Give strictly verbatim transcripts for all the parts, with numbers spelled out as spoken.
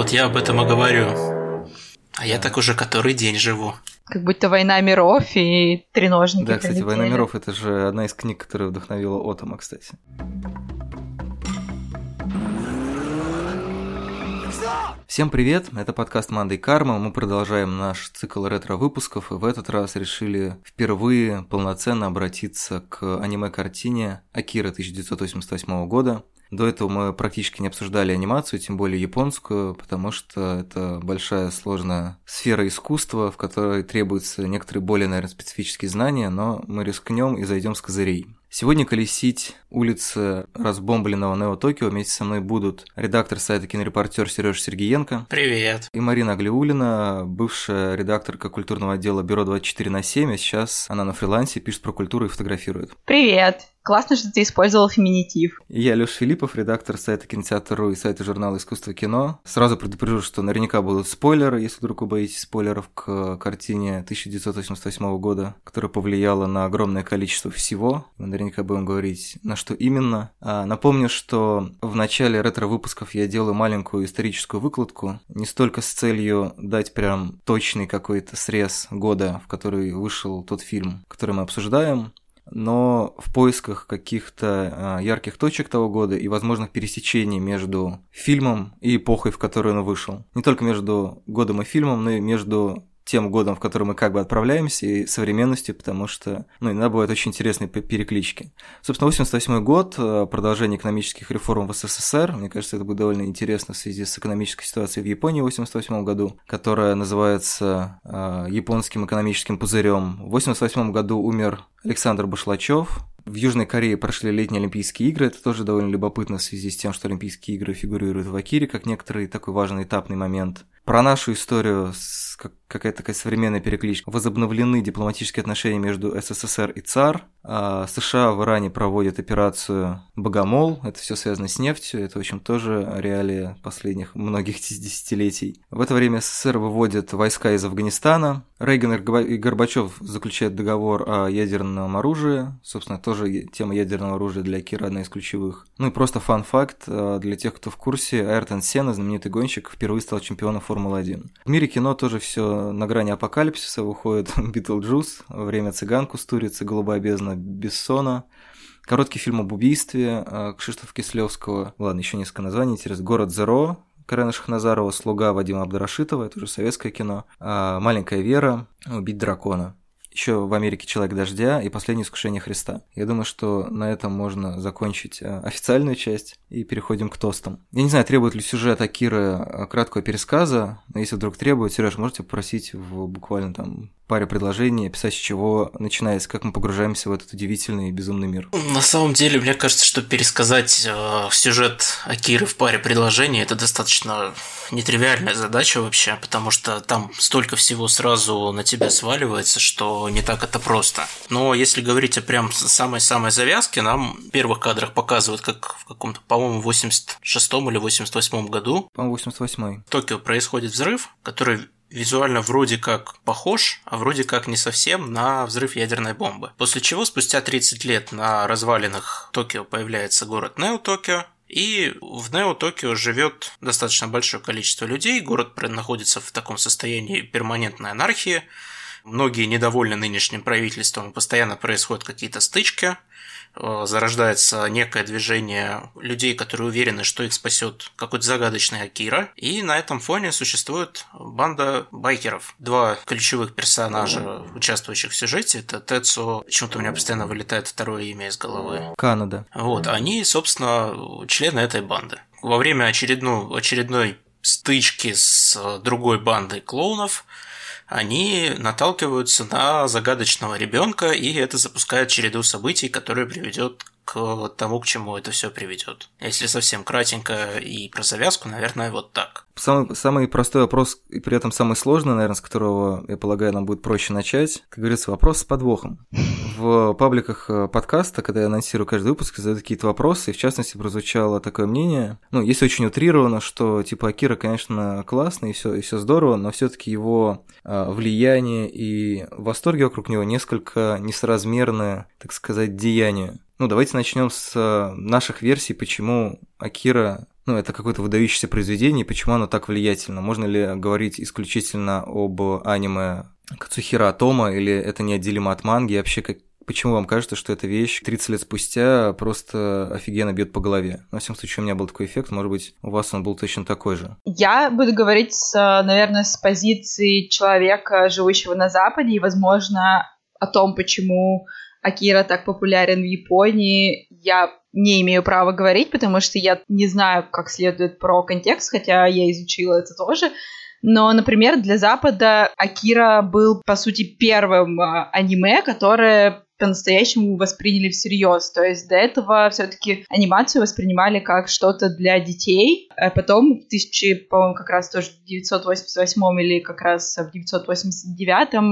Вот я об этом и говорю. А я так уже который день живу. Как будто «Война миров» и «Треножники». Да, кстати, прилетели. «Война миров» — это же одна из книг, которая вдохновила Отома, кстати. Всем привет, это подкаст «Манда и Карма», мы продолжаем наш цикл ретро-выпусков, и в этот раз решили впервые полноценно обратиться к аниме-картине «Акира» тысяча девятьсот восемьдесят восьмого года. До этого мы практически не обсуждали анимацию, тем более японскую, потому что это большая сложная сфера искусства, в которой требуются некоторые более, наверное, специфические знания, но мы рискнем и зайдем с козырей. Сегодня колесить улицы разбомбленного Нео Токио вместе со мной будут редактор сайта «Кинорепортер» Сережа Сергиенко. Привет. И Марина Аглиуллина, бывшая редакторка культурного отдела Бюро двадцать четыре на семь, а сейчас она на фрилансе, пишет про культуру и фотографирует. Привет. Классно, что ты использовал феминитив. И я, Лёша Филиппов, редактор сайта «Кинотеатр.ру» и сайта журнала «Искусство кино». Сразу предупрежу, что наверняка будут спойлеры, если вдруг вы боитесь спойлеров к картине тысяча девятьсот восемьдесят восьмого года, которая повлияла на огромное количество всего. Мы наверняка будем говорить, на что именно. А, напомню, что в начале ретро-выпусков я делаю маленькую историческую выкладку, не столько с целью дать прям точный какой-то срез года, в который вышел тот фильм, который мы обсуждаем, но в поисках каких-то ярких точек того года и возможных пересечений между фильмом и эпохой, в которую он вышел. Не только между годом и фильмом, но и между тем годом, в который мы как бы отправляемся, и современностью, потому что, ну, иногда бывают очень интересные переклички. Собственно, восемьдесят восьмой год, продолжение экономических реформ в СССР. Мне кажется, это будет довольно интересно в связи с экономической ситуацией в Японии в восемьдесят восьмом году, которая называется э, японским экономическим пузырем. В восемьдесят восьмом году умер Александр Башлачев. В Южной Корее прошли летние Олимпийские игры. Это тоже довольно любопытно в связи с тем, что Олимпийские игры фигурируют в Акире как некоторый такой важный этапный момент. Про нашу историю, какая-то такая современная перекличка. Возобновлены дипломатические отношения между СССР и ЦАР. А США в Иране проводят операцию «Богомол». Это все связано с нефтью. Это, в общем, тоже реалии последних многих десятилетий. В это время СССР выводят войска из Афганистана. Рейган и Горбачев заключают договор о ядерном оружии. Собственно, тоже тема ядерного оружия для Акиры одна из ключевых. Ну и просто фан-факт для тех, кто в курсе. Айртон Сенна, знаменитый гонщик, впервые стал чемпионом Формулы один. В мире кино тоже все на грани апокалипсиса. Выходит Битлджус, «Время цыган» Кустурицы, «Голубая бездна» Бессона. Короткий фильм об убийстве Кшиштофа Кислевского. Ладно, еще несколько названий. Интересно. «Город Зеро» Карена Шахназарова, «Слуга» Вадима Абдрашитова, это уже советское кино. «Маленькая Вера», «Убить дракона». Еще в Америке «Человек дождя» и «Последнее искушение Христа». Я думаю, что на этом можно закончить официальную часть и переходим к тостам. Я не знаю, требует ли сюжет Акиры краткого пересказа, но если вдруг требует, Сереж, можете попросить в буквально там паре предложений, описать, с чего начинается, как мы погружаемся в этот удивительный и безумный мир. На самом деле, мне кажется, что пересказать э, сюжет Акиры в паре предложений – это достаточно нетривиальная задача вообще, потому что там столько всего сразу на тебя сваливается, что не так это просто. Но если говорить о прям самой-самой завязке, нам в первых кадрах показывают, как в каком-то, по-моему, восемьдесят шестом или восемьдесят восьмом году. По-моему, восемьдесят восьмой. В Токио происходит взрыв, который визуально вроде как похож, а вроде как не совсем на взрыв ядерной бомбы. После чего спустя тридцать лет на развалинах Токио появляется город Нео-Токио, и в Нео-Токио живет достаточно большое количество людей, город находится в таком состоянии перманентной анархии, многие недовольны нынешним правительством, постоянно происходят какие-то стычки, зарождается некое движение людей, которые уверены, что их спасет какой-то загадочный Акира, и на этом фоне существует банда байкеров. Два ключевых персонажа, участвующих в сюжете, это Тецо, почему-то у меня постоянно вылетает второе имя из головы. Канада. Вот, они, собственно, члены этой банды. Во время очередной, очередной стычки с другой бандой клоунов они наталкиваются на загадочного ребенка, и это запускает череду событий, которая приведет к тому, к чему это все приведет. Если совсем кратенько и про завязку, наверное, вот так. Самый, самый простой вопрос, и при этом самый сложный, наверное, с которого, я полагаю, нам будет проще начать. Как говорится, вопрос с подвохом. В пабликах подкаста, когда я анонсирую каждый выпуск, задают какие-то вопросы, и в частности прозвучало такое мнение, ну, есть очень утрировано, что типа Акира, конечно, классный, и все и все здорово, но все-таки его э, влияние и восторги вокруг него несколько несоразмерны, так сказать, деянию. Ну, давайте начнем с наших версий, почему Акира ну, это какое-то выдающееся произведение, и почему оно так влиятельно? Можно ли говорить исключительно об аниме Кацухиро Отомо, или это неотделимо от манги? И вообще, как, почему вам кажется, что эта вещь тридцать лет спустя просто офигенно бьет по голове? На всяком случае, у меня был такой эффект, может быть, у вас он был точно такой же. Я буду говорить, с, наверное, с позиции человека, живущего на Западе, и, возможно, о том, почему Акира так популярен в Японии, я не имею права говорить, потому что я не знаю как следует про контекст, хотя я изучила это тоже. Но, например, для Запада Акира был, по сути, первым а, аниме, которое по-настоящему восприняли всерьез. То есть до этого все-таки анимацию воспринимали как что-то для детей, а потом в тысяча, по-моему, как раз тоже в девятьсот восемьдесят восьмом или как раз в девятьсот восемьдесят девятом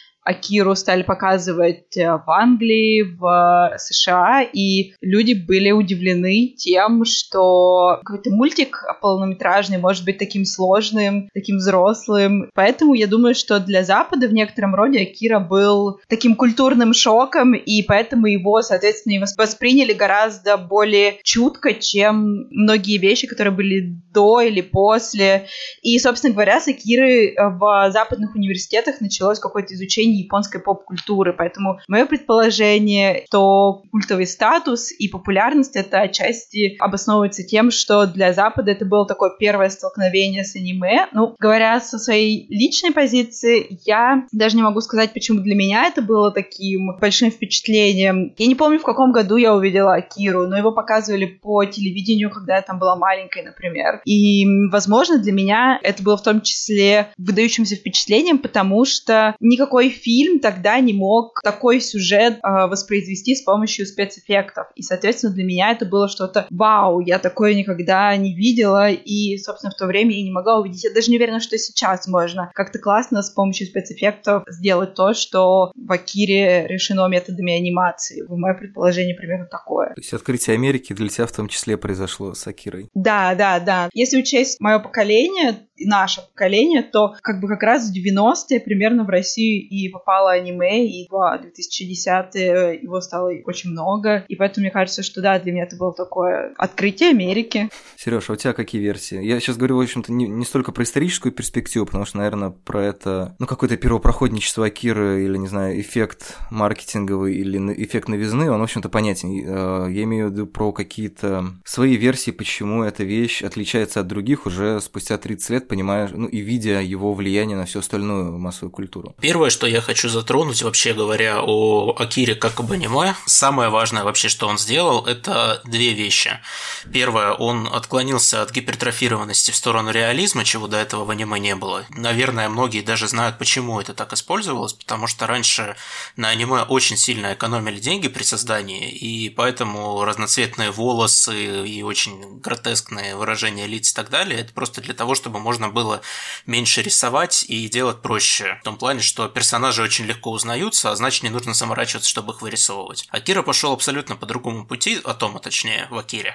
Акиру стали показывать в Англии, в США, и люди были удивлены тем, что какой-то мультик полнометражный может быть таким сложным, таким взрослым. Поэтому я думаю, что для Запада в некотором роде Акира был таким культурным шоком, и поэтому его, соответственно, восприняли гораздо более чутко, чем многие вещи, которые были до или после. И, собственно говоря, с Акиры в западных университетах началось какое-то изучение японской поп-культуры, поэтому мое предположение, что культовый статус и популярность это отчасти обосновывается тем, что для Запада это было такое первое столкновение с аниме. Ну, говоря со своей личной позиции, я даже не могу сказать, почему для меня это было таким большим впечатлением. Я не помню, в каком году я увидела Акиру, но его показывали по телевидению, когда я там была маленькой, например. И, возможно, для меня это было в том числе выдающимся впечатлением, потому что никакой фильм тогда не мог такой сюжет э, воспроизвести с помощью спецэффектов. И, соответственно, для меня это было что-то вау, я такое никогда не видела, и, собственно, в то время я не могла увидеть. Я даже не уверена, что сейчас можно как-то классно с помощью спецэффектов сделать то, что в Акире решено методами анимации. Мое предположение примерно такое. То есть открытие Америки для тебя в том числе произошло с Акирой? Да, да, да. Если учесть мое поколение, наше поколение, то как бы как раз в девяностые примерно в Россию и попало аниме, и в две тысячи десятые его стало очень много, и поэтому мне кажется, что да, для меня это было такое открытие Америки. Серёж, а у тебя какие версии? Я сейчас говорю, в общем-то, не, не столько про историческую перспективу, потому что, наверное, про это, ну, какое-то первопроходничество Акиры или, не знаю, эффект маркетинговый или эффект новизны, он, в общем-то, понятен. Я имею в виду про какие-то свои версии, почему эта вещь отличается от других уже спустя тридцать лет, понимаешь, ну, и видя его влияние на всю остальную массовую культуру. Первое, что я хочу затронуть, вообще говоря, о Акире как об аниме, самое важное вообще, что он сделал, это две вещи. Первое, он отклонился от гипертрофированности в сторону реализма, чего до этого в аниме не было. Наверное, многие даже знают, почему это так использовалось, потому что раньше на аниме очень сильно экономили деньги при создании, и поэтому разноцветные волосы и очень гротескные выражения лиц и так далее, это просто для того, чтобы можно было меньше рисовать и делать проще. В том плане, что персонажи очень легко узнаются, а значит, не нужно заморачиваться, чтобы их вырисовывать. Акира пошел абсолютно по другому пути, Отомо точнее, в Акире,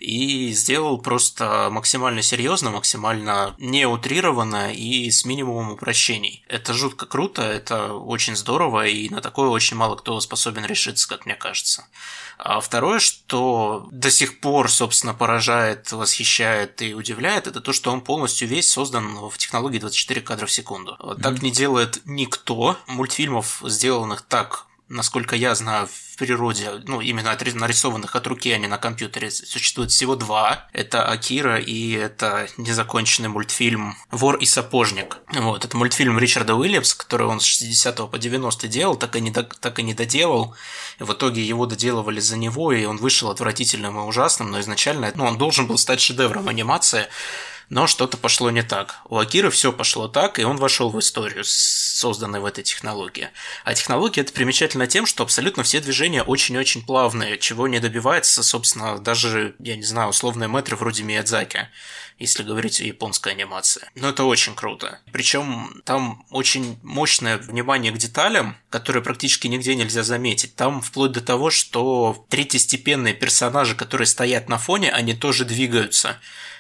и сделал просто максимально серьезно, максимально неутрированно и с минимумом упрощений. Это жутко круто, это очень здорово, и на такое очень мало кто способен решиться, как мне кажется. А второе, что до сих пор, собственно, поражает, восхищает и удивляет, это то, что он полностью весь создан в технологии двадцать четыре кадра в секунду. Mm-hmm. Так не делает никто. Мультфильмов, сделанных так, насколько я знаю, в природе, ну, именно нарисованных от руки, а не на компьютере, существует всего два. Это Акира и это незаконченный мультфильм «Вор и сапожник». Вот, это мультфильм Ричарда Уильямса, который он с шестидесятого по девяностый делал, так и не, до, так и не доделал. И в итоге его доделывали за него, и он вышел отвратительным и ужасным, но изначально, ну, он должен был стать шедевром анимации. Но что-то пошло не так. У Акиры все пошло так, и он вошел в историю, созданной в этой технологии. А технология это примечательна тем, что абсолютно все движения очень-очень плавные, чего не добивается, собственно, даже, я не знаю, условные метры вроде Миядзаки, если говорить о японской анимации. Но это очень круто. Причем там очень мощное внимание к деталям, которые практически нигде нельзя заметить. Там вплоть до того, что третьестепенные персонажи, которые стоят на фоне, они тоже двигаются.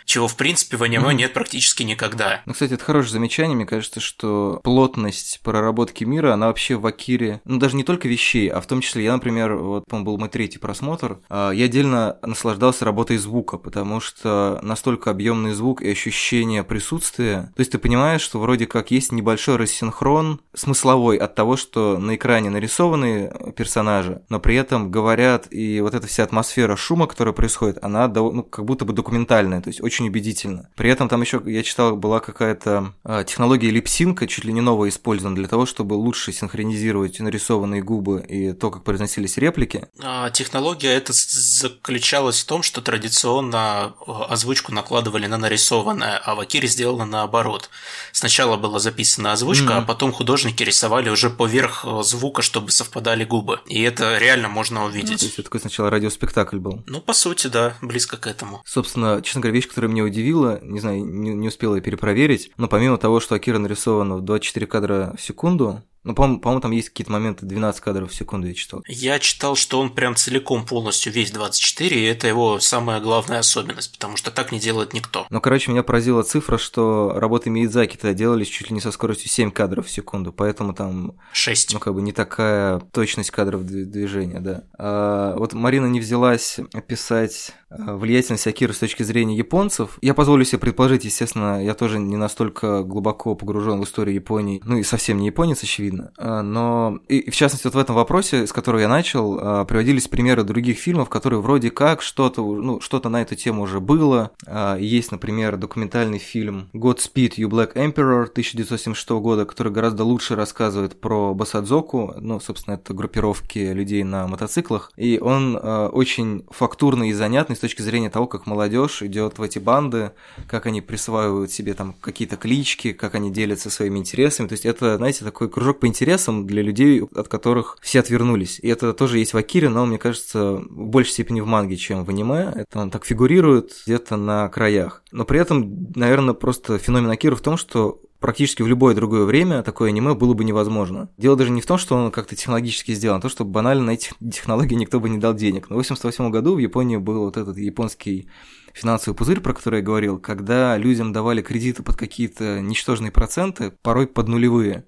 чего, в принципе, в аниме mm-hmm. нет практически никогда. Ну, кстати, это хорошее замечание. Мне кажется, что плотность проработки мира, она вообще в Акире, ну, даже не только вещей, а в том числе, я, например, вот, по-моему, был мой третий просмотр, я отдельно наслаждался работой звука, потому что настолько объемный звук и ощущение присутствия. То есть ты понимаешь, что вроде как есть небольшой рассинхрон смысловой от того, что на экране нарисованы персонажи, но при этом говорят, и вот эта вся атмосфера шума, которая происходит, она ну, как будто бы документальная, то есть очень убедительно. При этом там еще, я читал, была какая-то э, технология липсинка, чуть ли не новая использована для того, чтобы лучше синхронизировать нарисованные губы и то, как произносились реплики. А, технология эта заключалась в том, что традиционно озвучку накладывали на нарисованное, а в Акире сделано наоборот. Сначала была записана озвучка, mm-hmm. а потом художники рисовали уже поверх звука, чтобы совпадали губы. И это реально можно увидеть. Ну, то есть это такой сначала радиоспектакль был. Ну, по сути, да, близко к этому. Собственно, честно говоря, вещь, которая меня удивила, не знаю, не, не успела я перепроверить, но помимо того, что Акира нарисована в двадцать четыре кадра в секунду, ну, по-моему, по-моему, там есть какие-то моменты двенадцать кадров в секунду, я читал. Я читал, что он прям целиком полностью весь двадцать четыре, и это его самая главная особенность, потому что так не делает никто. Ну, короче, меня поразила цифра, что работы Миядзаки-то делались чуть ли не со скоростью семь кадров в секунду, поэтому там... шесть. Ну, как бы не такая точность кадров движения, да. А вот Марина не взялась описать влиятельность Акиры с точки зрения японцев. Я позволю себе предположить, естественно, я тоже не настолько глубоко погружен в историю Японии, ну и совсем не японец, очевидно. Но, и в частности, вот в этом вопросе, с которого я начал, приводились примеры других фильмов, которые вроде как что-то, ну, что-то на эту тему уже было. Есть, например, документальный фильм Godspeed You Black Emperor тысяча девятьсот семьдесят шестого года, который гораздо лучше рассказывает про басадзоку, ну, собственно, это группировки людей на мотоциклах, и он очень фактурный и занятный с точки зрения того, как молодежь идет в эти банды, как они присваивают себе там какие-то клички, как они делятся своими интересами. То есть это, знаете, такой кружок по интересам для людей, от которых все отвернулись. И это тоже есть в Акире, но, мне кажется, в большей степени в манге, чем в аниме. Это он так фигурирует где-то на краях. Но при этом, наверное, просто феномен Акиры в том, что практически в любое другое время такое аниме было бы невозможно. Дело даже не в том, что он как-то технологически сделан, а то, что банально на эти технологии никто бы не дал денег. Но в восемьдесят восьмом году в Японии был вот этот японский финансовый пузырь, про который я говорил, когда людям давали кредиты под какие-то ничтожные проценты, порой под нулевые.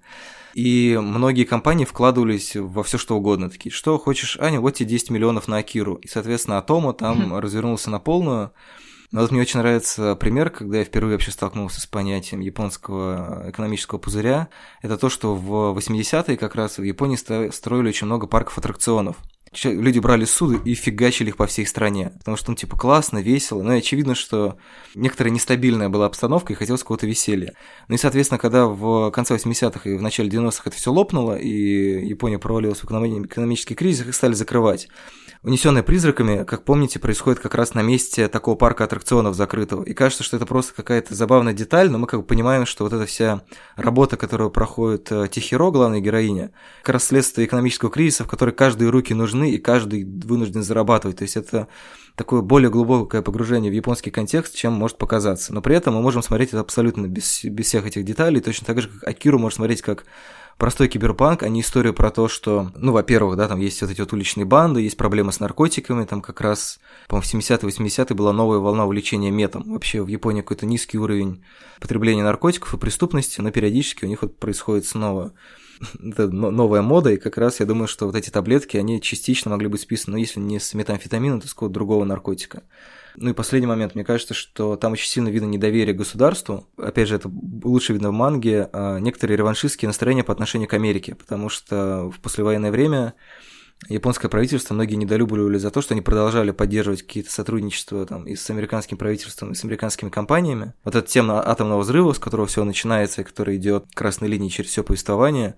И многие компании вкладывались во все что угодно. Такие, что хочешь, Аня, вот тебе десять миллионов на Акиру. И, соответственно, Атома там mm-hmm. развернулся на полную. Но вот мне очень нравится пример, когда я впервые вообще столкнулся с понятием японского экономического пузыря. Это то, что в восьмидесятые как раз в Японии строили очень много парков аттракционов. Люди брали суды и фигачили их по всей стране, потому что, ну, типа, классно, весело, но и очевидно, что некоторая нестабильная была обстановка и хотелось какого-то веселья. Ну и, соответственно, когда в конце восьмидесятых и в начале девяностых это все лопнуло, и Япония провалилась в экономический кризис, их стали закрывать. «Унесённые призраками», как помните, происходит как раз на месте такого парка аттракционов закрытого. И кажется, что это просто какая-то забавная деталь, но мы как бы понимаем, что вот эта вся работа, которую проходит Тихиро, главная героиня, как раз следствие экономического кризиса, в который каждые руки нужны и каждый вынужден зарабатывать. То есть это такое более глубокое погружение в японский контекст, чем может показаться. Но при этом мы можем смотреть это абсолютно без, без всех этих деталей, точно так же, как Акиру можно смотреть как простой киберпанк, а не историю про то, что, ну, во-первых, да, там есть вот эти вот уличные банды, есть проблемы с наркотиками, там как раз, по-моему, в семидесятые-восьмидесятые была новая волна увлечения метом. Вообще в Японии какой-то низкий уровень потребления наркотиков и преступности, но периодически у них вот происходит снова это новая мода, и как раз я думаю, что вот эти таблетки, они частично могли быть списаны, ну, если не с метамфетамина, то с какого-то другого наркотика. Ну и последний момент, мне кажется, что там очень сильно видно недоверие к государству. Опять же, это лучше видно в манге, некоторые реваншистские настроения по отношению к Америке, потому что в послевоенное время японское правительство многие недолюбливали за то, что они продолжали поддерживать какие-то сотрудничества там, и с американским правительством, и с американскими компаниями. Вот эта тема атомного взрыва, с которого все начинается, и который идет красной линией через все повествование,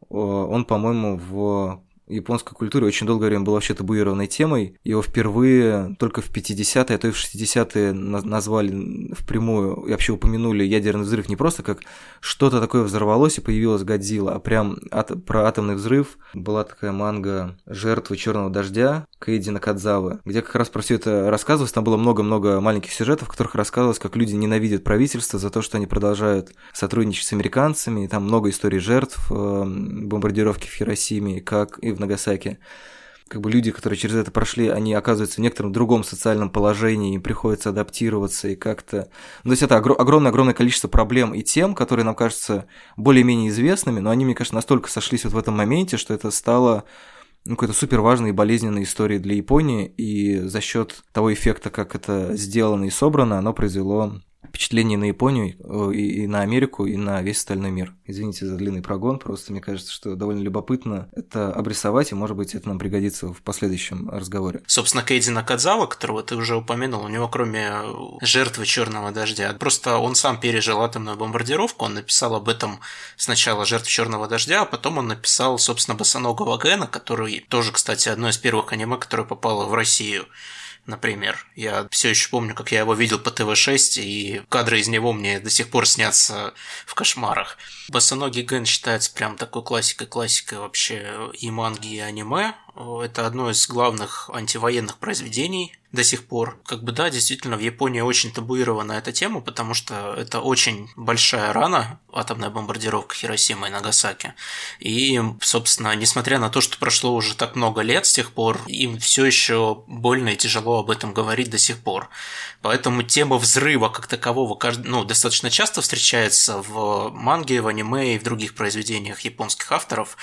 он, по-моему, в японской культуре очень долгое время был вообще табуированной темой. Его впервые только в пятидесятые, а то и в шестидесятые назвали впрямую и вообще упомянули ядерный взрыв не просто как что-то такое взорвалось и появилась Годзилла, а прям ат- про атомный взрыв. Была такая манга «Жертвы черного дождя» Кейди Накадзавы, где как раз про все это рассказывалось. Там было много-много маленьких сюжетов, в которых рассказывалось, как люди ненавидят правительство за то, что они продолжают сотрудничать с американцами. И там много историй жертв, бомбардировки в Хиросиме, как и в Нагасаки. как бы люди, которые через это прошли, они оказываются в некотором другом социальном положении, им приходится адаптироваться и как-то... Ну, то есть это огромное-огромное количество проблем и тем, которые нам кажутся более-менее известными, но они, мне кажется, настолько сошлись вот в этом моменте, что это стало... ну, какой-то супер важной и болезненной историей для Японии, и за счет того эффекта, как это сделано и собрано, оно произвело впечатление на Японию, и, и на Америку, и на весь остальной мир. Извините за длинный прогон, просто мне кажется, что довольно любопытно это обрисовать, и, может быть, это нам пригодится в последующем разговоре. Собственно, Кейди Накадзава, которого ты уже упомянул, у него кроме жертвы черного дождя, просто он сам пережил атомную бомбардировку, он написал об этом сначала «Жертвы черного дождя», а потом он написал, собственно, «Босоногого Гена», который тоже, кстати, одно из первых аниме, которое попало в Россию. Например, я все еще помню, как я его видел по тэ вэ шесть, и кадры из него мне до сих пор снятся в кошмарах. «Босоногий Ген» считается прям такой классикой-классикой вообще и манги, и аниме. Это одно из главных антивоенных произведений до сих пор. Как бы да, действительно, в Японии очень табуирована эта тема, потому что это очень большая рана, атомная бомбардировка Хиросимы и Нагасаки. И, собственно, несмотря на то, что прошло уже так много лет с тех пор, им все еще больно и тяжело об этом говорить до сих пор. Поэтому тема взрыва как такового ну, достаточно часто встречается в манге, в аниме и в других произведениях японских авторов,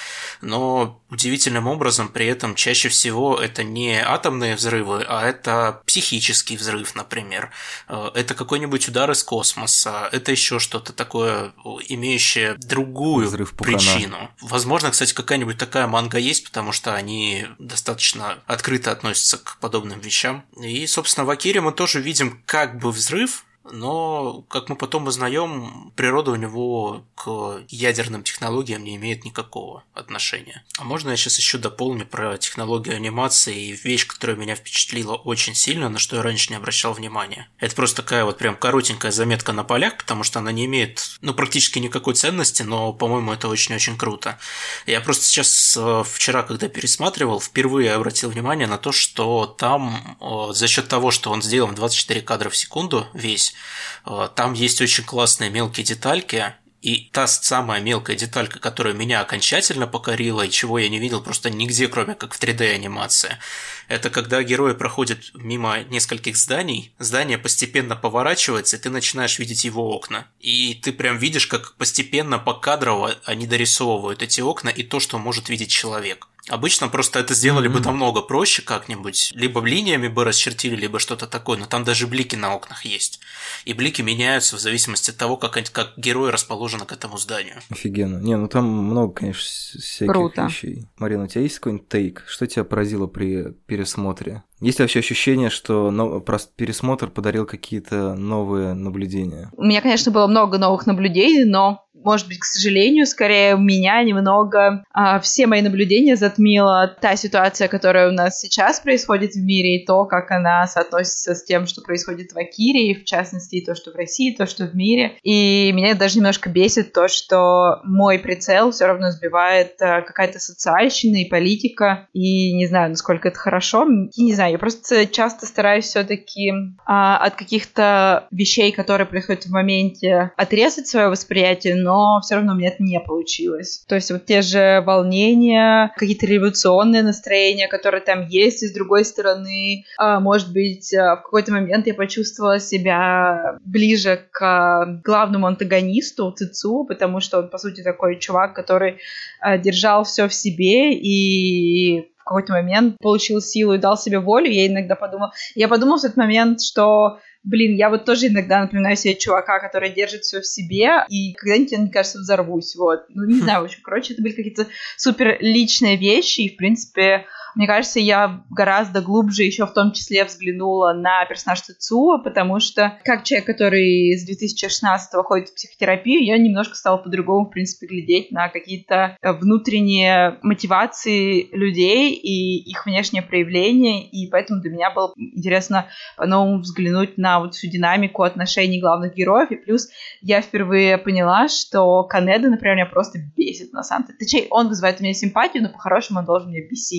но удивительным образом при этом чаще всего это не атомные взрывы, а это психический взрыв, например. Это какой-нибудь удар из космоса, это еще что-то такое, имеющее другую причину. Возможно, кстати, какая-нибудь такая манга есть, потому что они достаточно открыто относятся к подобным вещам. И, собственно, в Акире мы тоже видим как бы взрыв, но, как мы потом узнаем, природа у него к ядерным технологиям не имеет никакого отношения. А можно я сейчас еще дополню про технологию анимации и вещь, которая меня впечатлила очень сильно, на что я раньше не обращал внимания. Это просто такая вот прям коротенькая заметка на полях, потому что она не имеет, ну, практически никакой ценности, но, по-моему, это очень-очень круто. Я просто сейчас, вчера, когда пересматривал, впервые обратил внимание на то, что там за счет того, что он сделан двадцать четыре кадра в секунду весь, там есть очень классные мелкие детальки, и та самая мелкая деталька, которая меня окончательно покорила и чего я не видел просто нигде, кроме как в три дэ-анимации, это когда герои проходят мимо нескольких зданий, здание постепенно поворачивается, и ты начинаешь видеть его окна. И ты прям видишь, как постепенно покадрово они дорисовывают эти окна и то, что может видеть человек. Обычно просто это сделали mm-hmm. бы намного проще как-нибудь. Либо линиями бы расчертили, либо что-то такое. Но там даже блики на окнах есть. И блики меняются в зависимости от того, как, они, как герои расположены к этому зданию. Офигенно. Не, ну там много, конечно, всяких Круто. Вещей. Марина, у тебя есть какой-нибудь тейк? Что тебя поразило при пересмотре? Есть ли вообще ощущение, что но... пересмотр подарил какие-то новые наблюдения? У меня, конечно, было много новых наблюдений, но, может быть, к сожалению, скорее меня немного а, все мои наблюдения затмила та ситуация, которая у нас сейчас происходит в мире, и то, как она соотносится с тем, что происходит в Акире, и в частности, и то, что в России, и то, что в мире. И меня даже немножко бесит то, что мой прицел все равно сбивает а, какая-то социальщина и политика, и не знаю, насколько это хорошо, и не знаю, я просто часто стараюсь все-таки а, от каких-то вещей, которые происходят в моменте, отрезать свое восприятие, но все равно у меня это не получилось. То есть вот те же волнения, какие-то революционные настроения, которые там есть, и с другой стороны, а, может быть, а, в какой-то момент я почувствовала себя ближе к главному антагонисту Цицу, потому что он, по сути, такой чувак, который а, держал все в себе и в какой-то момент получил силу и дал себе волю. Я иногда подумала... Я подумала в тот момент, что, блин, я вот тоже иногда напоминаю себе чувака, который держит все в себе, и когда-нибудь я, мне кажется, взорвусь, вот. Ну, не знаю, в общем, короче, это были какие-то супер личные вещи, и, в принципе, мне кажется, я гораздо глубже еще в том числе взглянула на персонаж Цицуо, потому что как человек, который с две тысячи шестнадцатого ходит в психотерапию, я немножко стала по-другому, в принципе, глядеть на какие-то внутренние мотивации людей и их внешнее проявление, и поэтому для меня было интересно по-новому взглянуть на вот всю динамику отношений главных героев, и плюс я впервые поняла, что Канеда, например, меня просто бесит на самом деле. Точнее, он вызывает у меня симпатию, но по-хорошему он должен меня бесить, потому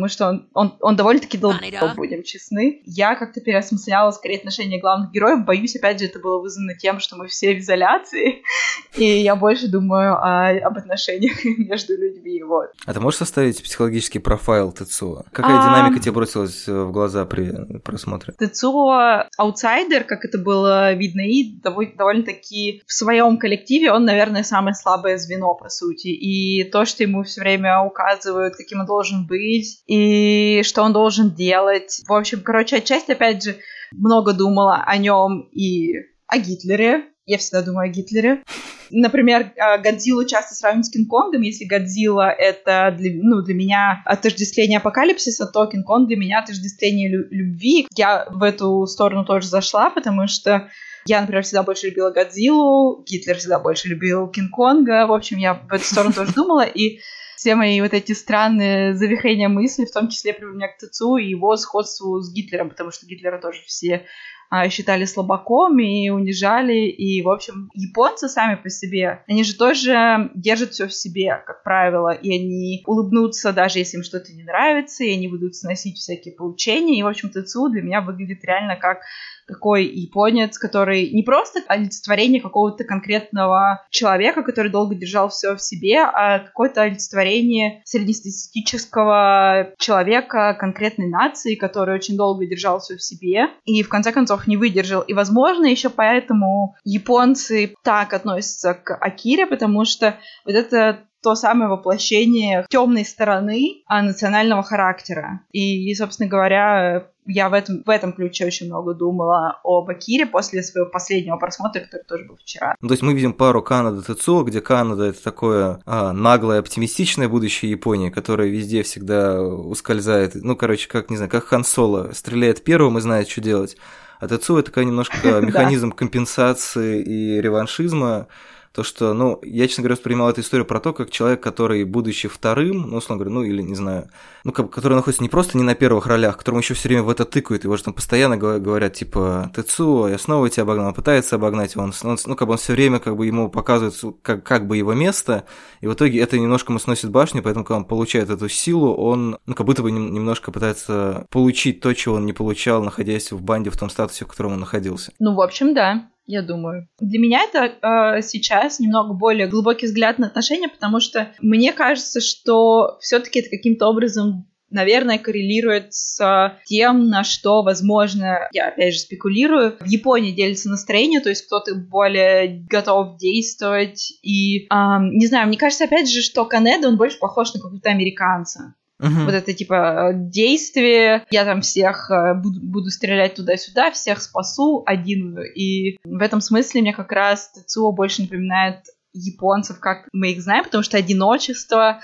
потому что он, он, он довольно-таки долбоеб, будем честны. Я как-то переосмысляла скорее отношения главных героев. Боюсь, опять же, это было вызвано тем, что мы все в изоляции, и я больше думаю о, об отношениях между людьми. Вот. А ты можешь составить психологический профайл Тецуо? Какая а... динамика тебе бросилась в глаза при просмотре? Тецуо аутсайдер, как это было видно, и довольно-таки в своем коллективе он, наверное, самое слабое звено, по сути. И то, что ему все время указывают, каким он должен быть, и что он должен делать. В общем, короче, отчасти, опять же, много думала о нем и о Гитлере. Я всегда думаю о Гитлере. Например, Годзиллу часто сравнивают с Кинг-Конгом. Если Годзилла — это для, ну, для меня отождествление апокалипсиса, то Кинг-Конг для меня отождествление лю- любви. Я в эту сторону тоже зашла, потому что я, например, всегда больше любила Годзиллу, Гитлер всегда больше любил Кинг-Конга. В общем, я в эту сторону тоже думала, и все мои вот эти странные завихрения мыслей, в том числе привели меня к Тецуо и его сходству с Гитлером, потому что Гитлера тоже все а, считали слабаком и унижали. И, в общем, японцы сами по себе, они же тоже держат все в себе, как правило, и они улыбнутся, даже если им что-то не нравится, и они будут сносить всякие поучения. И, в общем, Тецуо для меня выглядит реально как такой японец, который не просто олицетворение какого-то конкретного человека, который долго держал все в себе, а какое-то олицетворение среднестатистического человека конкретной нации, который очень долго держал все в себе и в конце концов не выдержал. И, возможно, еще поэтому японцы так относятся к Акире, потому что вот это то самое воплощение темной стороны а, национального характера. И, собственно говоря, я в этом, в этом ключе очень много думала об Акире после своего последнего просмотра, который тоже был вчера. Ну, то есть мы видим пару Канада Тецуо, где Канада — это такое а, наглое, оптимистичное будущее Японии, которое везде всегда ускользает. Ну, короче, как, не знаю, как Хан Соло стреляет первым и знает, что делать. А Тецуо — это такой немножко механизм компенсации и реваншизма. То, что, ну, я, честно говоря, воспринимал эту историю про то, как человек, который, будучи вторым, ну, условно говоря, ну, или, не знаю, ну, как, который находится не просто не на первых ролях, которому еще все время в это тыкают, его же там постоянно говорят, типа, Тецуо, я снова тебя обогнал, он пытается обогнать его, он, он, ну, как бы он все время, как бы, ему показывает, как, как бы его место, и в итоге это немножко ему сносит башню, поэтому, когда он получает эту силу, он, ну, как будто бы немножко пытается получить то, чего он не получал, находясь в банде в том статусе, в котором он находился. Ну, в общем, да. Я думаю. Для меня это э, сейчас немного более глубокий взгляд на отношения, потому что мне кажется, что все-таки это каким-то образом, наверное, коррелирует с тем, на что, возможно, я опять же спекулирую, в Японии делится настроение, то есть кто-то более готов действовать. И, э, не знаю, мне кажется, опять же, что Канеда, он больше похож на какого-то американца. Uh-huh. Вот это типа действие, я там всех буду, буду стрелять туда-сюда, всех спасу один. И в этом смысле мне как раз Тецуо больше напоминает японцев, как мы их знаем, потому что одиночество,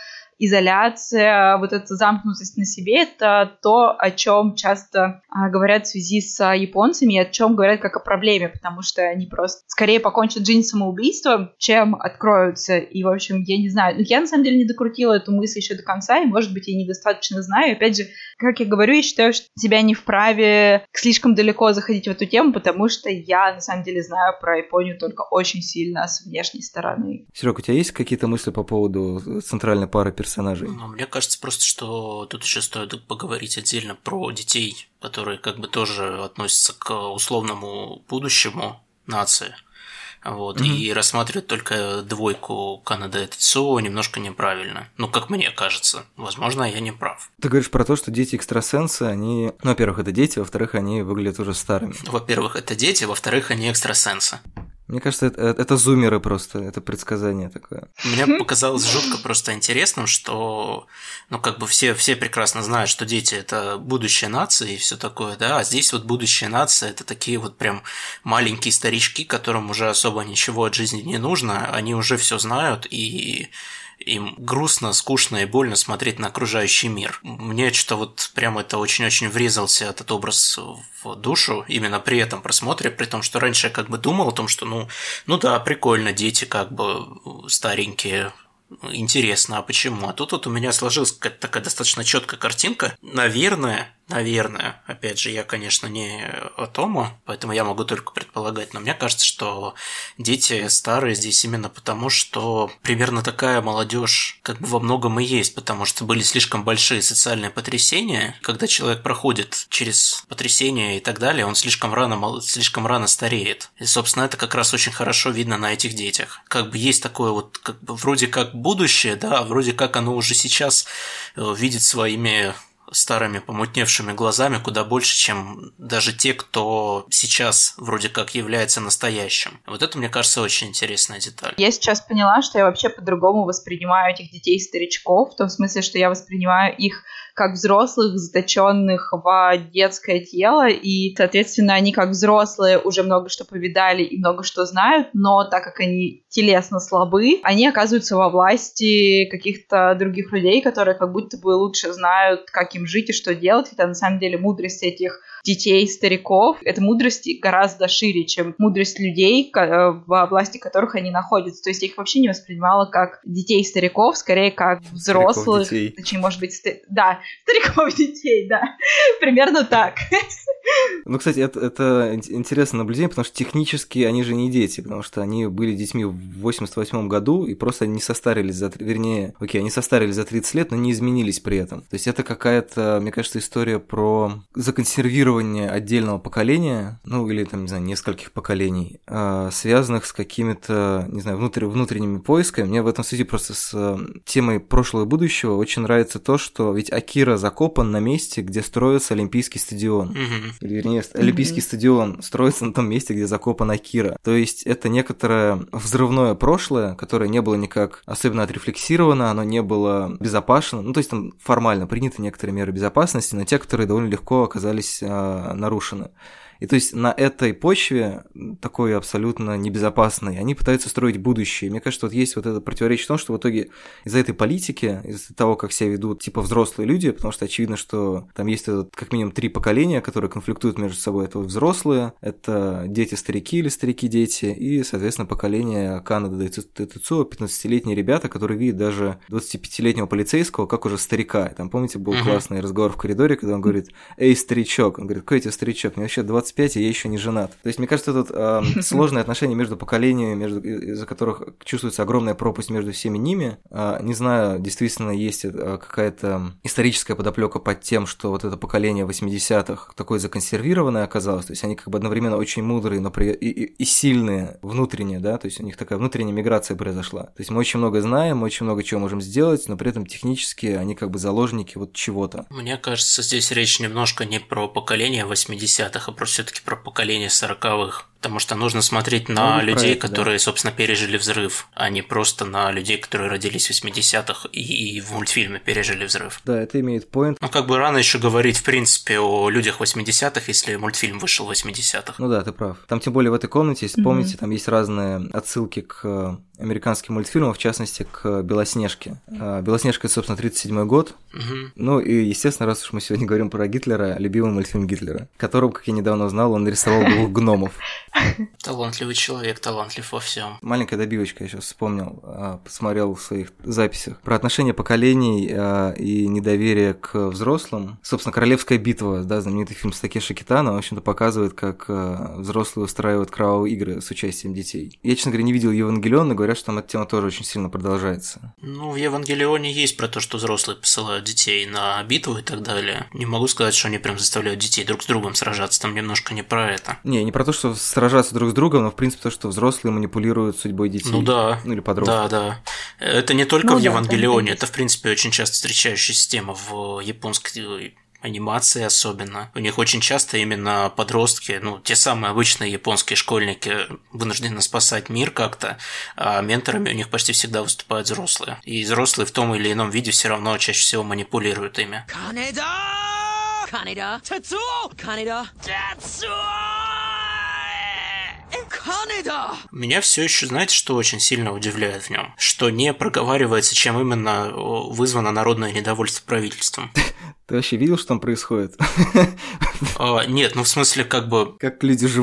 изоляция, вот эта замкнутость на себе — это то, о чем часто а, говорят в связи с а, японцами, и о чем говорят как о проблеме, потому что они просто скорее покончат жизнь самоубийством, чем откроются. И, в общем, я не знаю, я на самом деле не докрутила эту мысль еще до конца, и, может быть, я недостаточно знаю. И, опять же, как я говорю, я считаю, что себя не вправе слишком далеко заходить в эту тему, потому что я, на самом деле, знаю про Японию только очень сильно с внешней стороны. Серёг, у тебя есть какие-то мысли по поводу центральной пары персонажей? Ну, мне кажется просто, что тут еще стоит поговорить отдельно про детей, которые как бы тоже относятся к условному будущему нации. Вот, mm-hmm. И рассматривать только двойку Канада и Тецуо немножко неправильно. Ну, как мне кажется. Возможно, я не прав. Ты говоришь про то, что дети-экстрасенсы, они... Ну, во-первых, это дети, во-вторых, они выглядят уже старыми. Во-первых, это дети, во-вторых, они экстрасенсы. Мне кажется, это, это зумеры просто, это предсказание такое. Мне показалось жутко просто интересным, что, ну, как бы все, все прекрасно знают, что дети – это будущее нации и все такое, да, а здесь вот будущее нации – это такие вот прям маленькие старички, которым уже особо ничего от жизни не нужно, они уже все знают, и им грустно, скучно и больно смотреть на окружающий мир. Мне что-то вот прям это очень-очень врезался этот образ в душу именно при этом просмотре, при том, что раньше я как бы думал о том, что ну, ну да, прикольно, дети как бы старенькие, интересно, а почему? А тут вот у меня сложилась какая-то такая достаточно четкая картинка. Наверное, наверное, опять же, я, конечно, не Атома, поэтому я могу только предполагать, но мне кажется, что дети старые здесь именно потому, что примерно такая молодежь как бы во многом и есть, потому что были слишком большие социальные потрясения. Когда человек проходит через потрясения и так далее, он слишком рано, слишком рано стареет. И, собственно, это как раз очень хорошо видно на этих детях. Как бы есть такое вот, как бы вроде как будущее, да, а вроде как оно уже сейчас видит своими старыми помутневшими глазами куда больше, чем даже те, кто сейчас вроде как является настоящим. Вот это, мне кажется, очень интересная деталь. Я сейчас поняла, что я вообще по-другому воспринимаю этих детей-старичков, в том смысле, что я воспринимаю их как взрослых, заточенных в детское тело, и, соответственно, они как взрослые уже много что повидали и много что знают, но так как они телесно слабы, они оказываются во власти каких-то других людей, которые как будто бы лучше знают, как им жить и что делать, хотя на самом деле мудрость этих детей, стариков, эта мудрость гораздо шире, чем мудрость людей, во власти которых они находятся. То есть я их вообще не воспринимала как детей, стариков, скорее как взрослых, точнее, может быть, ст... да, стариков, детей, да, примерно так. Ну, кстати, это, это интересное наблюдение, потому что технически они же не дети, потому что они были детьми в восемьдесят восьмом году, и просто не состарились за... Вернее, окей, они состарились за тридцать лет, но не изменились при этом. То есть это какая-то, мне кажется, история про законсервирование отдельного поколения, ну, или, там, не знаю, нескольких поколений, связанных с какими-то, не знаю, внутр... внутренними поисками. Мне в этом связи просто с темой прошлого и будущего очень нравится то, что ведь Акира закопан на месте, где строится Олимпийский стадион. Mm-hmm. Или, вернее, mm-hmm. Олимпийский стадион строится на том месте, где закопан Акира. То есть это некоторое взрывное прошлое, которое не было никак особенно отрефлексировано, оно не было безопасно. Ну, то есть там формально приняты некоторые меры безопасности, но те, которые довольно легко оказались а, нарушены. И то есть на этой почве, такой абсолютно небезопасной, они пытаются строить будущее. Мне кажется, вот есть вот это противоречие в том, что в итоге из-за этой политики, из-за того, как себя ведут типа взрослые люди, потому что очевидно, что там есть этот, как минимум три поколения, которые конфликтуют между собой. Это вот взрослые, это дети-старики или старики-дети, и, соответственно, поколение Канада и Тецуо, пятнадцатилетние ребята, которые видят даже двадцатипятилетнего полицейского как уже старика. И там, помните, был uh-huh. классный разговор в коридоре, когда он говорит: «Эй, старичок!» Он говорит: «Какой тебе старичок? Мне вообще двадцать пять, и я еще не женат». То есть, мне кажется, тут э, сложные отношения между поколениями, между, из-за которых чувствуется огромная пропасть между всеми ними. Э, не знаю, действительно есть э, какая-то историческая подоплека под тем, что вот это поколение восьмидесятых такое законсервированное оказалось. То есть, они как бы одновременно очень мудрые, но при... и, и, и сильные внутренне, да, то есть, у них такая внутренняя миграция произошла. То есть, мы очень много знаем, мы очень много чего можем сделать, но при этом технически они как бы заложники вот чего-то. Мне кажется, здесь речь немножко не про поколение восьмидесятых, а про все-таки про поколение сороковых. Потому что нужно смотреть на ну, людей, это, которые, да. собственно, пережили взрыв, а не просто на людей, которые родились в восьмидесятых и, и в мультфильме пережили взрыв. Да, это имеет поинт. Ну, как бы рано еще говорить, в принципе, о людях восьмидесятых, если мультфильм вышел в восьмидесятых. Ну да, ты прав. Там, тем более, в этой комнате, если mm-hmm. помните, там есть разные отсылки к американским мультфильмам, в частности, к «Белоснежке». «Белоснежка» — это, собственно, тридцать седьмой год. Mm-hmm. Ну и, естественно, раз уж мы сегодня говорим про Гитлера, любимый мультфильм Гитлера, которого, как я недавно узнал, он нарисовал двух гномов. Талантливый человек, талантлив во всем. Маленькая добивочка, я сейчас вспомнил, посмотрел в своих записях про отношения поколений и недоверие к взрослым. Собственно, «Королевская битва», да, знаменитый фильм с Такеши Китано, в общем-то, показывает, как взрослые устраивают кровавые игры с участием детей. Я, честно говоря, не видел «Евангелион», но говорят, что там эта тема тоже очень сильно продолжается. Ну, в «Евангелионе» есть про то, что взрослые посылают детей на битву и так далее. Не могу сказать, что они прям заставляют детей друг с другом сражаться, там немножко не про это. Не, не про то, что сражаться друг с другом, но, в принципе, то, что взрослые манипулируют судьбой детей. Ну да. Ну или подростков. Да, да. Это не только ну, в да, «Евангелионе», это, в принципе, очень часто встречающаяся тема в японской анимации особенно. У них очень часто именно подростки, ну, те самые обычные японские школьники вынуждены спасать мир как-то, а менторами у них почти всегда выступают взрослые. И взрослые в том или ином виде все равно чаще всего манипулируют ими. Канеда! Канеда! Тецуо! Канеда! Тецуо! Канеда! Меня все еще, знаете, что очень сильно удивляет в нем? Что не проговаривается, чем именно вызвано народное недовольство правительством. Ты вообще видел, что там происходит? А, нет, ну в смысле как бы... Как люди живут.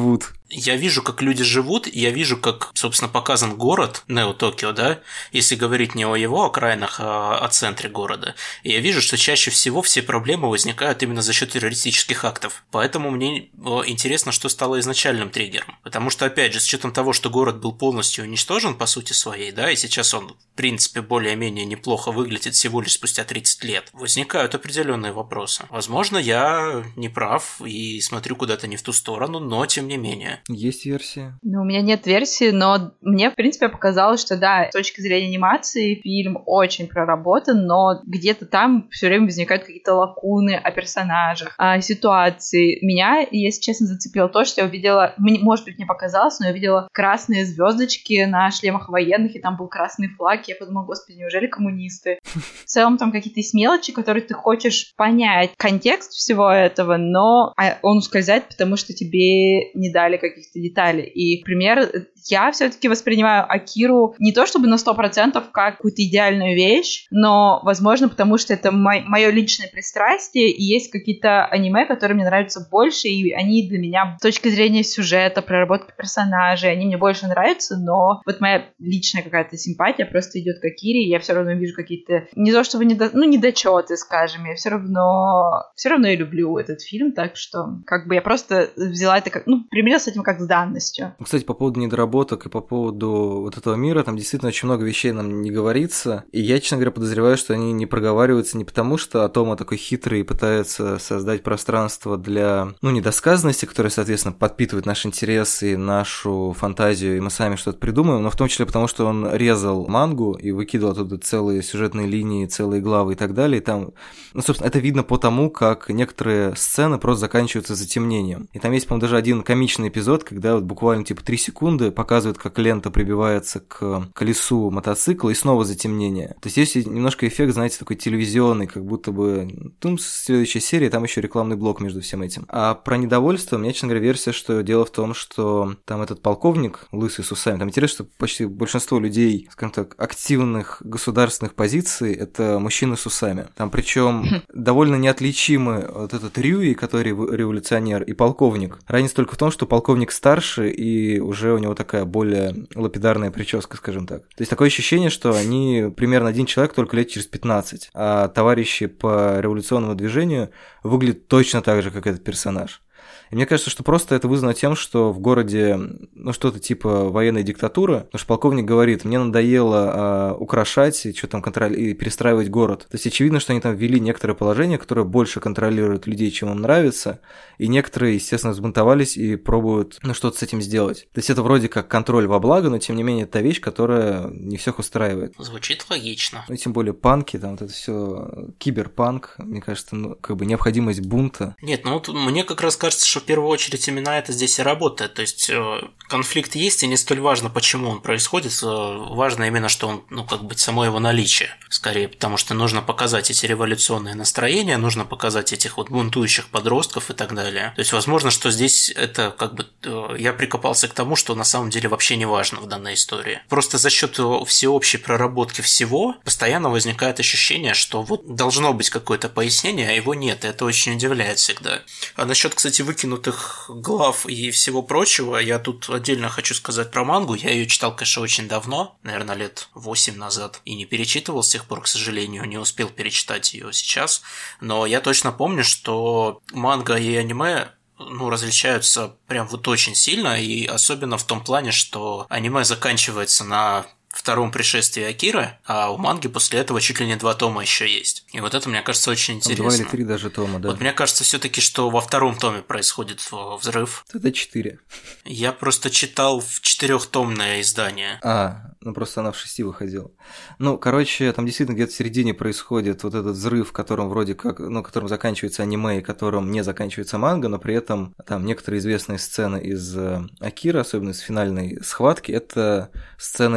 я вижу, как люди живут, и я вижу, как, собственно, показан город Нео-Токио, да, если говорить не о его окраинах, а о центре города. И я вижу, что чаще всего все проблемы возникают именно за счет террористических актов. Поэтому мне интересно, что стало изначальным триггером. Потому что, опять же, с учетом того, что город был полностью уничтожен по сути своей, да, и сейчас он, в принципе, более-менее неплохо выглядит всего лишь спустя тридцать лет, возникают определенные вопросы. Возможно, я не прав и смотрю куда-то не в ту сторону, но тем не менее. Есть версия? Ну, у меня нет версии, но мне, в принципе, показалось, что да, с точки зрения анимации фильм очень проработан, но где-то там все время возникают какие-то лакуны о персонажах, о ситуации. Меня, если честно, зацепило то, что я увидела, может быть, не показалось, но я видела красные звездочки на шлемах военных, и там был красный флаг, и я подумала, господи, неужели коммунисты? В целом там какие-то есть мелочи, которые ты хочешь понять контекст всего этого, но он ускользает, потому что тебе не дали каких-то деталей. И, например, я все-таки воспринимаю Акиру не то чтобы на сто процентов как какую-то идеальную вещь, но, возможно, потому что это мое личное пристрастие, и есть какие-то аниме, которые мне нравятся больше, и они для меня с точки зрения сюжета, проработки персонажей, они мне больше нравятся, но вот моя личная какая-то симпатия просто идет к Акире, и я все равно вижу какие-то, не то чтобы недо... ну, недочеты, скажем, я все равно все равно я люблю этот фильм, так что как бы я просто взяла это как, ну, примерила с этим как с данностью. Кстати, по поводу недоработок и по поводу вот этого мира, там действительно очень много вещей нам не говорится, и я, честно говоря, подозреваю, что они не проговариваются не потому, что Атома такой хитрый и пытается создать пространство для, ну, недосказанности, которая, соответственно, подпитывает наш интерес и нашу фантазию, и мы сами что-то придумаем, но в том числе потому, что он резал мангу и выкидывал оттуда целые сюжетные линии, целые главы и так далее, и там, ну, собственно, это видно по тому, как некоторые сцены просто заканчиваются затемнением. И там есть, по-моему, даже один комичный эпизод, когда вот буквально типа три секунды показывают, как лента прибивается к колесу мотоцикла, и снова затемнение. То есть есть немножко эффект, знаете, такой телевизионный, как будто бы, ну, следующая серия, там еще рекламный блок между всем этим. А про недовольство, у меня, честно говоря, версия, что дело в том, что там этот полковник, лысый с усами, там интересно, что почти большинство людей, скажем так, активных государственных позиций, это мужчины с усами. Там причем довольно неотличимы вот этот Рюи, который революционер, и полковник. Разница только в том, что полковник старше, и уже у него такая более лапидарная прическа, скажем так. То есть такое ощущение, что они примерно один человек, только лет через пятнадцать, а товарищи по революционному движению выглядят точно так же, как этот персонаж. И мне кажется, что просто это вызвано тем, что в городе, ну, что-то типа военной диктатуры, потому что полковник говорит, мне надоело а, украшать и что там контроль... и перестраивать город. То есть очевидно, что они там ввели некоторые положения, которые больше контролируют людей, чем им нравится, и некоторые, естественно, взбунтовались и пробуют, ну, что-то с этим сделать. То есть это вроде как контроль во благо, но тем не менее это та вещь, которая не всех устраивает. Звучит логично. Ну и тем более панки, там вот это все киберпанк, мне кажется, ну, как бы необходимость бунта. Нет, ну вот мне как раз кажется, что в первую очередь именно это здесь и работает. То есть конфликт есть, и не столь важно, почему он происходит. Важно именно, что он, ну, как бы само его наличие, скорее, потому что нужно показать эти революционные настроения, нужно показать этих вот бунтующих подростков и так далее. То есть, возможно, что здесь это как бы я прикопался к тому, что на самом деле вообще не важно в данной истории. Просто за счет всеобщей проработки всего постоянно возникает ощущение, что вот должно быть какое-то пояснение, а его нет, и это очень удивляет всегда. А насчет, кстати, выкинутых глав и всего прочего, я тут отдельно хочу сказать про мангу. Я ее читал, конечно, очень давно, наверное, лет восемь назад, и не перечитывал с тех пор, к сожалению, не успел перечитать ее сейчас. Но я точно помню, что манга и аниме, ну, различаются прям вот очень сильно, и особенно в том плане, что аниме заканчивается на втором пришествии Акиры, а у манги после этого чуть ли не два тома еще есть. И вот это, мне кажется, очень интересно. Два или три даже тома, да. Вот мне кажется все-таки, что во втором томе происходит взрыв. Это четыре. Я просто читал в четырехтомное издание. А, ну просто она в шести выходила. Ну, короче, там действительно где-то в середине происходит вот этот взрыв, которым вроде как, ну, которым заканчивается аниме, и которым не заканчивается манга, но при этом там некоторые известные сцены из Акиры, особенно из финальной схватки, это сцена из финала.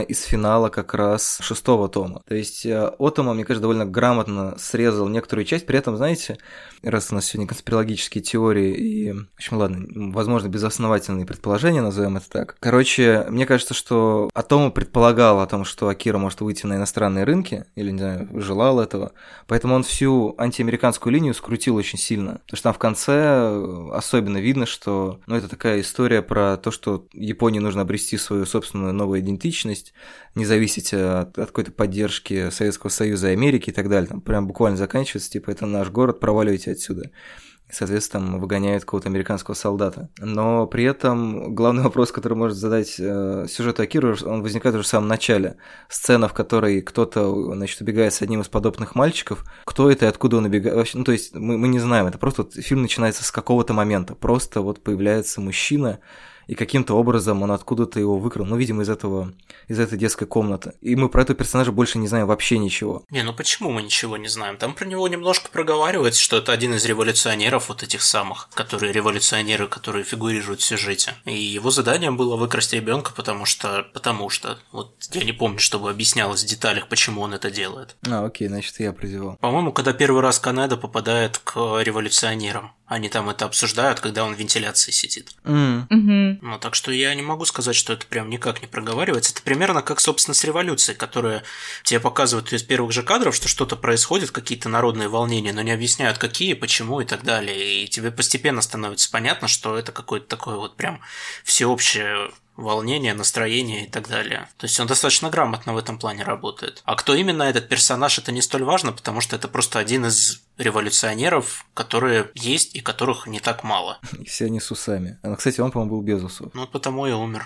финала как раз шестого тома. То есть Отома, мне кажется, довольно грамотно срезал некоторую часть, при этом, знаете, раз у нас сегодня конспирологические теории и, в общем, ладно, возможно, безосновательные предположения, назовем это так. Короче, мне кажется, что Отома предполагал о том, что Акира может выйти на иностранные рынки, или, не знаю, желал этого, поэтому он всю антиамериканскую линию скрутил очень сильно. Потому что там в конце особенно видно, что, ну, это такая история про то, что Японии нужно обрести свою собственную новую идентичность, не зависеть от, от какой-то поддержки Советского Союза и Америки и так далее. Там прям буквально заканчивается, типа, это наш город, проваливайте отсюда. И, соответственно, выгоняют какого-то американского солдата. Но при этом главный вопрос, который может задать э, сюжету Акиру, он возникает уже в самом начале. Сцена, в которой кто-то, значит, убегает с одним из подопытных мальчиков. Кто это и откуда он убегает? Вообще, ну, то есть мы, мы не знаем. Это просто вот, фильм начинается с какого-то момента. Просто вот появляется мужчина, и каким-то образом он откуда-то его выкрал, ну, видимо, из этого, из этой детской комнаты. И мы про этого персонажа больше не знаем вообще ничего. Не, ну почему мы ничего не знаем? Там про него немножко проговаривается, что это один из революционеров, вот этих самых, которые революционеры, которые фигурируют в сюжете. И его заданием было выкрасть ребенка, потому что, потому что, вот я не помню, чтобы объяснялось в деталях, почему он это делает. А, окей, значит, я прозевал. По-моему, когда первый раз Канеда попадает к революционерам, они там это обсуждают, когда он в вентиляции сидит. Mm. Mm-hmm. Ну, так что я не могу сказать, что это прям никак не проговаривается. Это примерно как, собственно, с революцией, которая тебе показывают из первых же кадров, что что-то происходит, какие-то народные волнения, но не объясняют, какие, почему и так далее. И тебе постепенно становится понятно, что это какое-то такое вот прям всеобщее волнение, настроение и так далее. То есть он достаточно грамотно в этом плане работает. А кто именно этот персонаж, это не столь важно, потому что это просто один из революционеров, которые есть и которых не так мало. И все они с усами. А, кстати, он, по-моему, был без усов. Ну, потому и умер.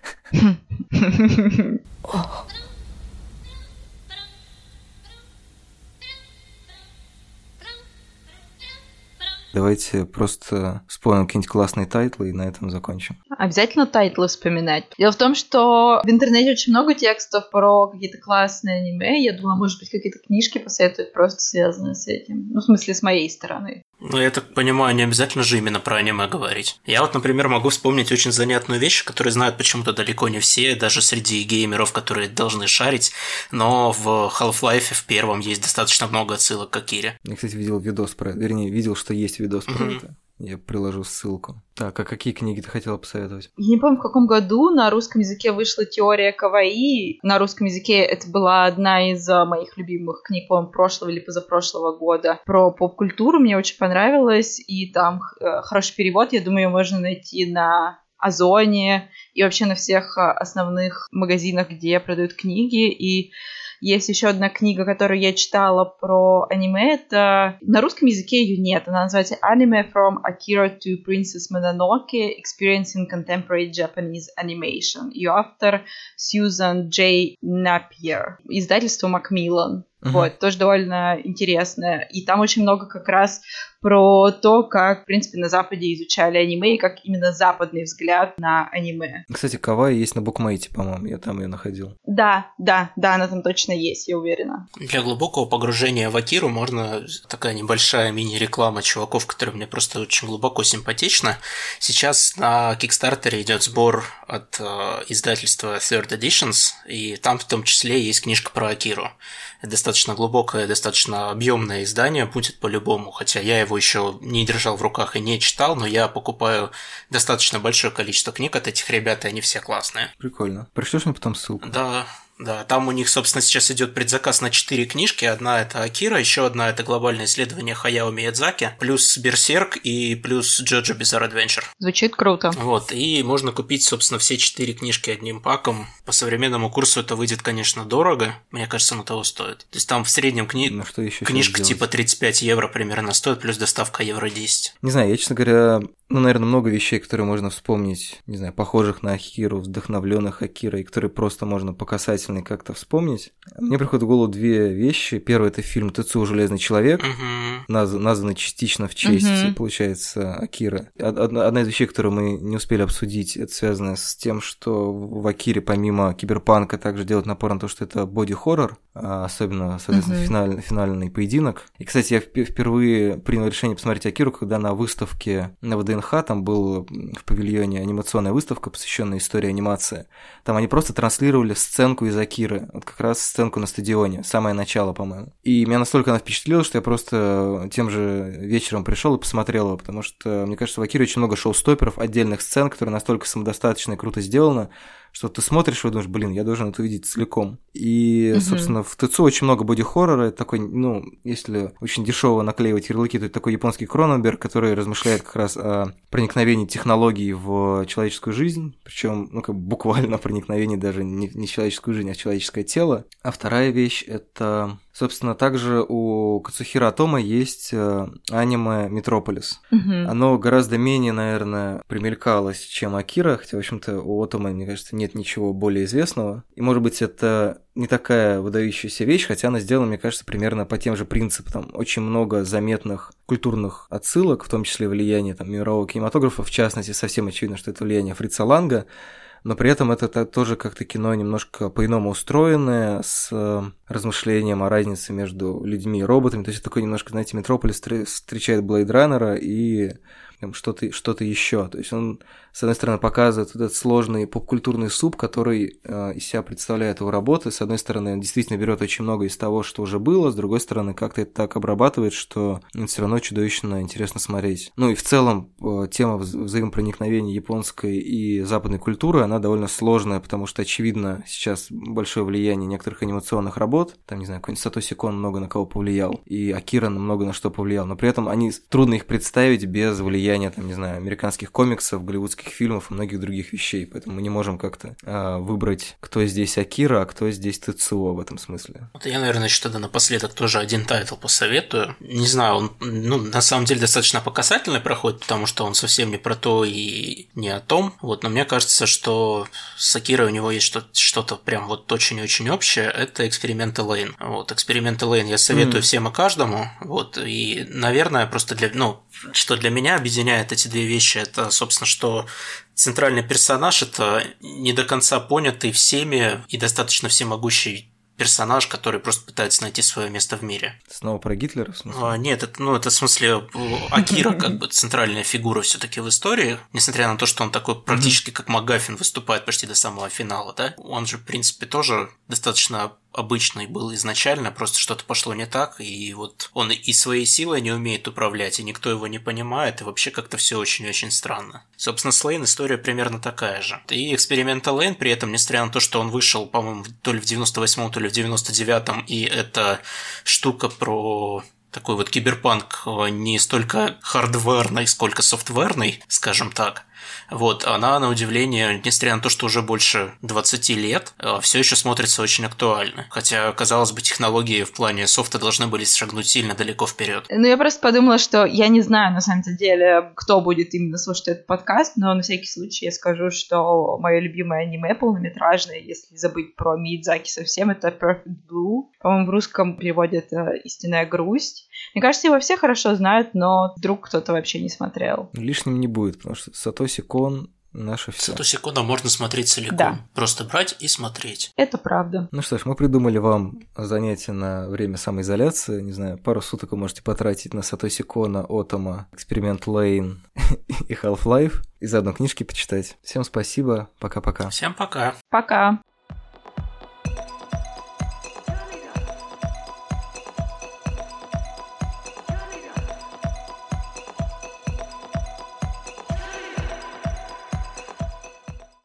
Давайте просто вспомним какие-нибудь классные тайтлы и на этом закончим. Обязательно тайтлы вспоминать. Дело в том, что в интернете очень много текстов про какие-то классные аниме. Я думала, может быть, какие-то книжки посоветовать просто связанные с этим. Ну, в смысле, с моей стороны. Ну, я так понимаю, не обязательно же именно про аниме говорить. Я вот, например, могу вспомнить очень занятную вещь, которую знают почему-то далеко не все, даже среди геймеров, которые должны шарить, но в Half-Life в первом есть достаточно много отсылок к Акире. Я, кстати, видел видос про это, вернее, видел, что есть видос про Mm-hmm. это. Я приложу ссылку. Так, а какие книги ты хотела посоветовать? Я не помню, в каком году на русском языке вышла теория каваи. На русском языке это была одна из моих любимых книг, по-моему, прошлого или позапрошлого года. Про поп-культуру мне очень понравилось, и там э, хороший перевод. Я думаю, ее можно найти на Озоне и вообще на всех основных магазинах, где продают книги. И есть еще одна книга, которую я читала про аниме. Это на русском языке ее нет. Она называется Anime from Akira to Princess Mononoke: Experiencing Contemporary Japanese Animation. Ее автор Сьюзан Джей Напьер. Издательство Macmillan. Uh-huh. Вот, тоже довольно интересно. И там очень много как раз про то, как, в принципе, на Западе изучали аниме, и как именно западный взгляд на аниме. Кстати, кавай есть на букмейте, по-моему, я там ее находил. Да, да, да, она там точно есть, я уверена. Для глубокого погружения в Акиру можно такая небольшая мини-реклама чуваков, которые мне просто очень глубоко симпатичны. Сейчас на Кикстартере идет сбор от э, издательства Third Editions, и там в том числе есть книжка про Акиру. Это достаточно глубокое, достаточно объемное издание будет по-любому, хотя я его еще не держал в руках и не читал, но я покупаю достаточно большое количество книг от этих ребят, и они все классные. Прикольно. Пришлешь мне потом ссылку? Да. Да, там у них, собственно, сейчас идет предзаказ на четыре книжки. Одна – это Акира, еще одна – это глобальное исследование Хаяо Миядзаки, плюс Берсерк и плюс Джоджо Bizarre Adventure. Звучит круто. Вот, и можно купить, собственно, все четыре книжки одним паком. По современному курсу это выйдет, конечно, дорого. Мне кажется, оно того стоит. То есть там в среднем кни... ну, что еще книжка типа тридцать пять евро примерно стоит, плюс доставка евро десять. Не знаю, я, честно говоря, ну, наверное, много вещей, которые можно вспомнить, не знаю, похожих на Акиру, вдохновленных Акирой, которые просто можно по касательной как-то вспомнить. Мне приходят в голову две вещи. Первый – это фильм «Тецуо. Железный человек», uh-huh. наз... названный частично в честь, uh-huh. получается, Акиры. Одна, одна из вещей, которую мы не успели обсудить, это связано с тем, что в Акире помимо киберпанка также делают напор на то, что это боди-хоррор, особенно, соответственно, uh-huh. финаль... финальный поединок. И, кстати, я впервые принял решение посмотреть Акиру, когда на выставке на вэ дэ ВНХ, там был в павильоне анимационная выставка, посвященная истории анимации. Там они просто транслировали сценку из Акиры, вот как раз сценку на стадионе, самое начало, по-моему. И меня настолько она впечатлила, что я просто тем же вечером пришел и посмотрел его, потому что, мне кажется, в Акире очень много шоу-стопперов, отдельных сцен, которые настолько самодостаточно и круто сделаны, что ты смотришь и думаешь, блин, я должен это увидеть целиком. И, mm-hmm. собственно, в ТЦУ очень много боди-хоррора, это такой, ну, если очень дешево наклеивать ярлыки, то это такой японский Кроненберг, который размышляет как раз о проникновении технологий в человеческую жизнь, причем, ну, как бы буквально проникновении даже не в человеческую жизнь, а в человеческое тело. А вторая вещь — это... Собственно, также у Кацухиро Отомо есть аниме «Метрополис». Mm-hmm. Оно гораздо менее, наверное, примелькалось, чем Акира, хотя, в общем-то, у Отомо, мне кажется, нет ничего более известного. И, может быть, это не такая выдающаяся вещь, хотя она сделана, мне кажется, примерно по тем же принципам. Там очень много заметных культурных отсылок, в том числе влияние там, мирового кинематографа, в частности, совсем очевидно, что это влияние Фрица Ланга, но при этом это тоже как-то кино немножко по-иному устроенное, с размышлением о разнице между людьми и роботами. То есть это такой немножко, знаете, Метрополис встречает Блейд Раннера и там, что-то, что-то еще. То есть он, с одной стороны, показывает вот этот сложный поп-культурный суп, который э, из себя представляет его работы. С одной стороны, он действительно берет очень много из того, что уже было, с другой стороны, как-то это так обрабатывает, что ну, все равно чудовищно интересно смотреть. Ну и в целом э, тема вза- взаимопроникновения японской и западной культуры, она довольно сложная, потому что, очевидно, сейчас большое влияние некоторых анимационных работ. Там, не знаю, какой-нибудь Сатоси Кон много на кого повлиял, и Акира много на что повлиял, но при этом они трудно их представить без влияния там, не знаю, американских комиксов, голливудских фильмов и многих других вещей, поэтому мы не можем как-то э, выбрать, кто здесь Акира, а кто здесь ТЦУ в этом смысле. Вот я, наверное, еще тогда напоследок тоже один тайтл посоветую. Не знаю, он, ну, на самом деле достаточно показательный проходит, потому что он совсем не про то и не о том, вот, но мне кажется, что с Акирой у него есть что- что-то прям вот очень-очень общее, это «Эксперименты Лейн». Вот, «Эксперименты Лейн» я советую mm. всем и каждому, вот, и, наверное, просто для, ну, что для меня объединяет эти две вещи, это, собственно, что центральный персонаж – это не до конца понятый всеми и достаточно всемогущий персонаж, который просто пытается найти свое место в мире. Снова про Гитлера, в смысле? А, нет, это, ну, это в смысле Акира как бы центральная фигура все-таки в истории, несмотря на то, что он такой практически как МакГаффин выступает почти до самого финала, да? Он же, в принципе, тоже достаточно обычный был изначально, просто что-то пошло не так, и вот он и своей силой не умеет управлять, и никто его не понимает, и вообще как-то все очень-очень странно. Собственно, с Лейн история примерно такая же. И «Эксперименты Лейн» при этом, несмотря на то, что он вышел, по-моему, то ли в девяносто восьмом, то ли в девяносто девятом, и это штука про такой вот киберпанк не столько хардверный, сколько софтверный, скажем так. Вот, она, на удивление, несмотря на то, что уже больше двадцати лет, все еще смотрится очень актуально. Хотя, казалось бы, технологии в плане софта должны были шагнуть сильно далеко вперед. Ну, я просто подумала, что я не знаю, на самом деле, кто будет именно слушать этот подкаст, но на всякий случай я скажу, что мое любимое аниме полнометражное, если забыть про Миядзаки совсем, это Perfect Blue. По-моему, в русском переводе это «Истинная грусть». Мне кажется, его все хорошо знают, но вдруг кто-то вообще не смотрел. Лишним не будет, потому что Сатоси Кон — наше все. Сатоси Кона можно смотреть целиком. Да. Просто брать и смотреть. Это правда. Ну что ж, мы придумали вам занятие на время самоизоляции. Не знаю, пару суток вы можете потратить на Сатоси Кона, Отомо, Эксперимент Лейн и Half-Life. И заодно книжки почитать. Всем спасибо. Пока-пока. Всем пока. Пока.